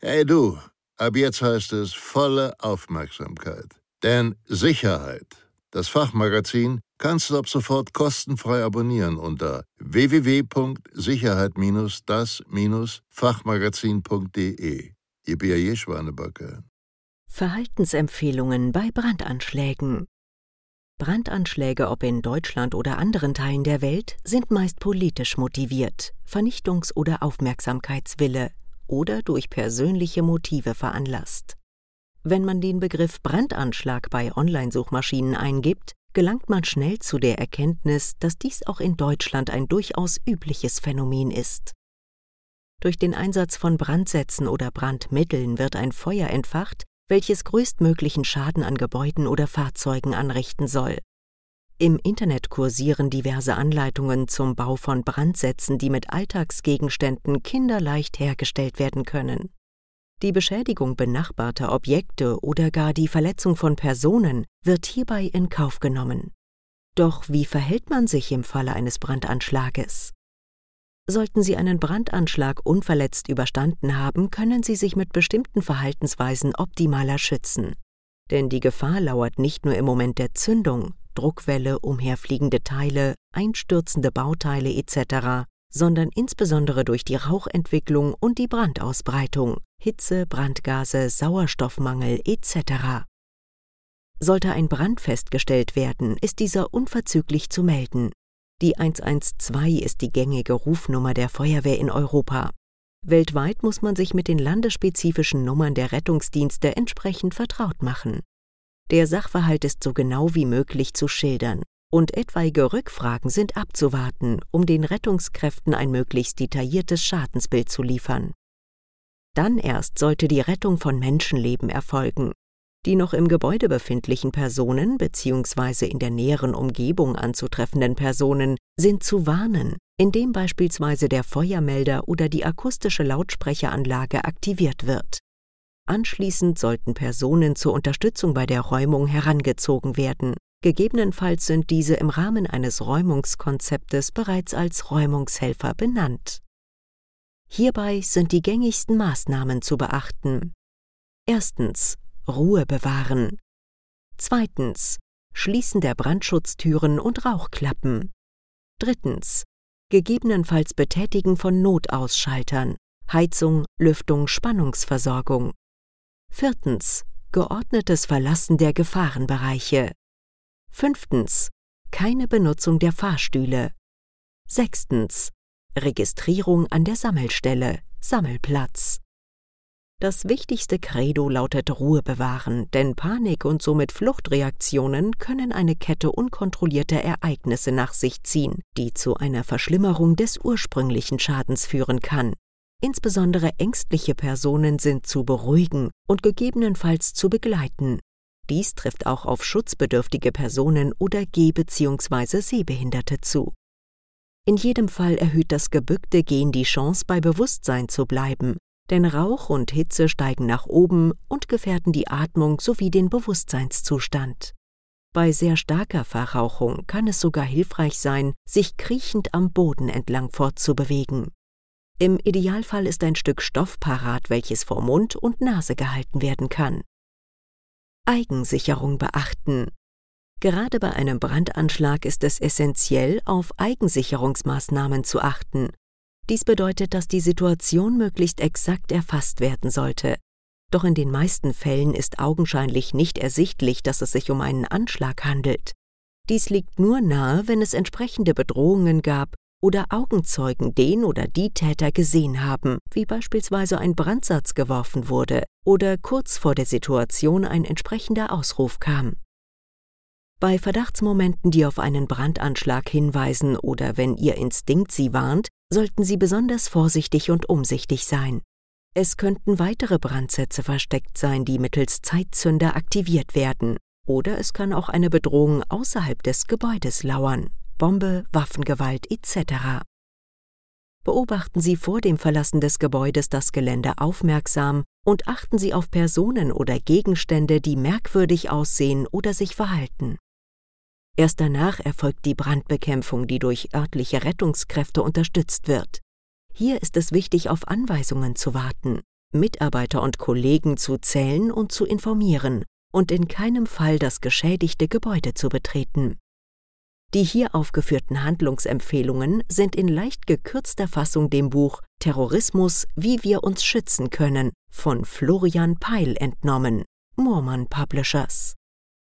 Hey du, ab jetzt heißt es volle Aufmerksamkeit. Denn Sicherheit, das Fachmagazin, kannst du ab sofort kostenfrei abonnieren unter www.sicherheit-das-fachmagazin.de. Ihr B.A.J. Schwanebacke. Verhaltensempfehlungen bei Brandanschlägen. Brandanschläge, ob in Deutschland oder anderen Teilen der Welt, sind meist politisch motiviert, Vernichtungs- oder Aufmerksamkeitswille oder durch persönliche Motive veranlasst. Wenn man den Begriff Brandanschlag bei Online-Suchmaschinen eingibt, gelangt man schnell zu der Erkenntnis, dass dies auch in Deutschland ein durchaus übliches Phänomen ist. Durch den Einsatz von Brandsätzen oder Brandmitteln wird ein Feuer entfacht, welches größtmöglichen Schaden an Gebäuden oder Fahrzeugen anrichten soll. Im Internet kursieren diverse Anleitungen zum Bau von Brandsätzen, die mit Alltagsgegenständen kinderleicht hergestellt werden können. Die Beschädigung benachbarter Objekte oder gar die Verletzung von Personen wird hierbei in Kauf genommen. Doch wie verhält man sich im Falle eines Brandanschlages? Sollten Sie einen Brandanschlag unverletzt überstanden haben, können Sie sich mit bestimmten Verhaltensweisen optimaler schützen. Denn die Gefahr lauert nicht nur im Moment der Zündung, Druckwelle, umherfliegende Teile, einstürzende Bauteile etc., sondern insbesondere durch die Rauchentwicklung und die Brandausbreitung, Hitze, Brandgase, Sauerstoffmangel etc. Sollte ein Brand festgestellt werden, ist dieser unverzüglich zu melden. Die 112 ist die gängige Rufnummer der Feuerwehr in Europa. Weltweit muss man sich mit den landesspezifischen Nummern der Rettungsdienste entsprechend vertraut machen. Der Sachverhalt ist so genau wie möglich zu schildern und etwaige Rückfragen sind abzuwarten, um den Rettungskräften ein möglichst detailliertes Schadensbild zu liefern. Dann erst sollte die Rettung von Menschenleben erfolgen. Die noch im Gebäude befindlichen Personen bzw. in der näheren Umgebung anzutreffenden Personen sind zu warnen, indem beispielsweise der Feuermelder oder die akustische Lautsprecheranlage aktiviert wird. Anschließend sollten Personen zur Unterstützung bei der Räumung herangezogen werden. Gegebenenfalls sind diese im Rahmen eines Räumungskonzeptes bereits als Räumungshelfer benannt. Hierbei sind die gängigsten Maßnahmen zu beachten. Erstens: Ruhe bewahren. Zweitens: Schließen der Brandschutztüren und Rauchklappen. Drittens: Gegebenenfalls Betätigen von Notausschaltern, Heizung, Lüftung, Spannungsversorgung. Viertens: Geordnetes Verlassen der Gefahrenbereiche. Fünftens: Keine Benutzung der Fahrstühle. Sechstens: Registrierung an der Sammelstelle, Sammelplatz. Das wichtigste Credo lautet Ruhe bewahren, denn Panik und somit Fluchtreaktionen können eine Kette unkontrollierter Ereignisse nach sich ziehen, die zu einer Verschlimmerung des ursprünglichen Schadens führen kann. Insbesondere ängstliche Personen sind zu beruhigen und gegebenenfalls zu begleiten. Dies trifft auch auf schutzbedürftige Personen oder Geh- bzw. Sehbehinderte zu. In jedem Fall erhöht das gebückte Gehen die Chance, bei Bewusstsein zu bleiben, denn Rauch und Hitze steigen nach oben und gefährden die Atmung sowie den Bewusstseinszustand. Bei sehr starker Verrauchung kann es sogar hilfreich sein, sich kriechend am Boden entlang fortzubewegen. Im Idealfall ist ein Stück Stoff parat, welches vor Mund und Nase gehalten werden kann. Eigensicherung beachten. Gerade bei einem Brandanschlag ist es essentiell, auf Eigensicherungsmaßnahmen zu achten. Dies bedeutet, dass die Situation möglichst exakt erfasst werden sollte. Doch in den meisten Fällen ist augenscheinlich nicht ersichtlich, dass es sich um einen Anschlag handelt. Dies liegt nur nahe, wenn es entsprechende Bedrohungen gab oder Augenzeugen den oder die Täter gesehen haben, wie beispielsweise ein Brandsatz geworfen wurde oder kurz vor der Situation ein entsprechender Ausruf kam. Bei Verdachtsmomenten, die auf einen Brandanschlag hinweisen oder wenn Ihr Instinkt Sie warnt, sollten Sie besonders vorsichtig und umsichtig sein. Es könnten weitere Brandsätze versteckt sein, die mittels Zeitzünder aktiviert werden. Oder es kann auch eine Bedrohung außerhalb des Gebäudes lauern, Bombe, Waffengewalt etc. Beobachten Sie vor dem Verlassen des Gebäudes das Gelände aufmerksam und achten Sie auf Personen oder Gegenstände, die merkwürdig aussehen oder sich verhalten. Erst danach erfolgt die Brandbekämpfung, die durch örtliche Rettungskräfte unterstützt wird. Hier ist es wichtig, auf Anweisungen zu warten. Mitarbeiter und Kollegen zu zählen und zu informieren und in keinem Fall das geschädigte Gebäude zu betreten. Die hier aufgeführten Handlungsempfehlungen sind in leicht gekürzter Fassung dem Buch »Terrorismus, wie wir uns schützen können« von Florian Peil entnommen, Moorman Publishers.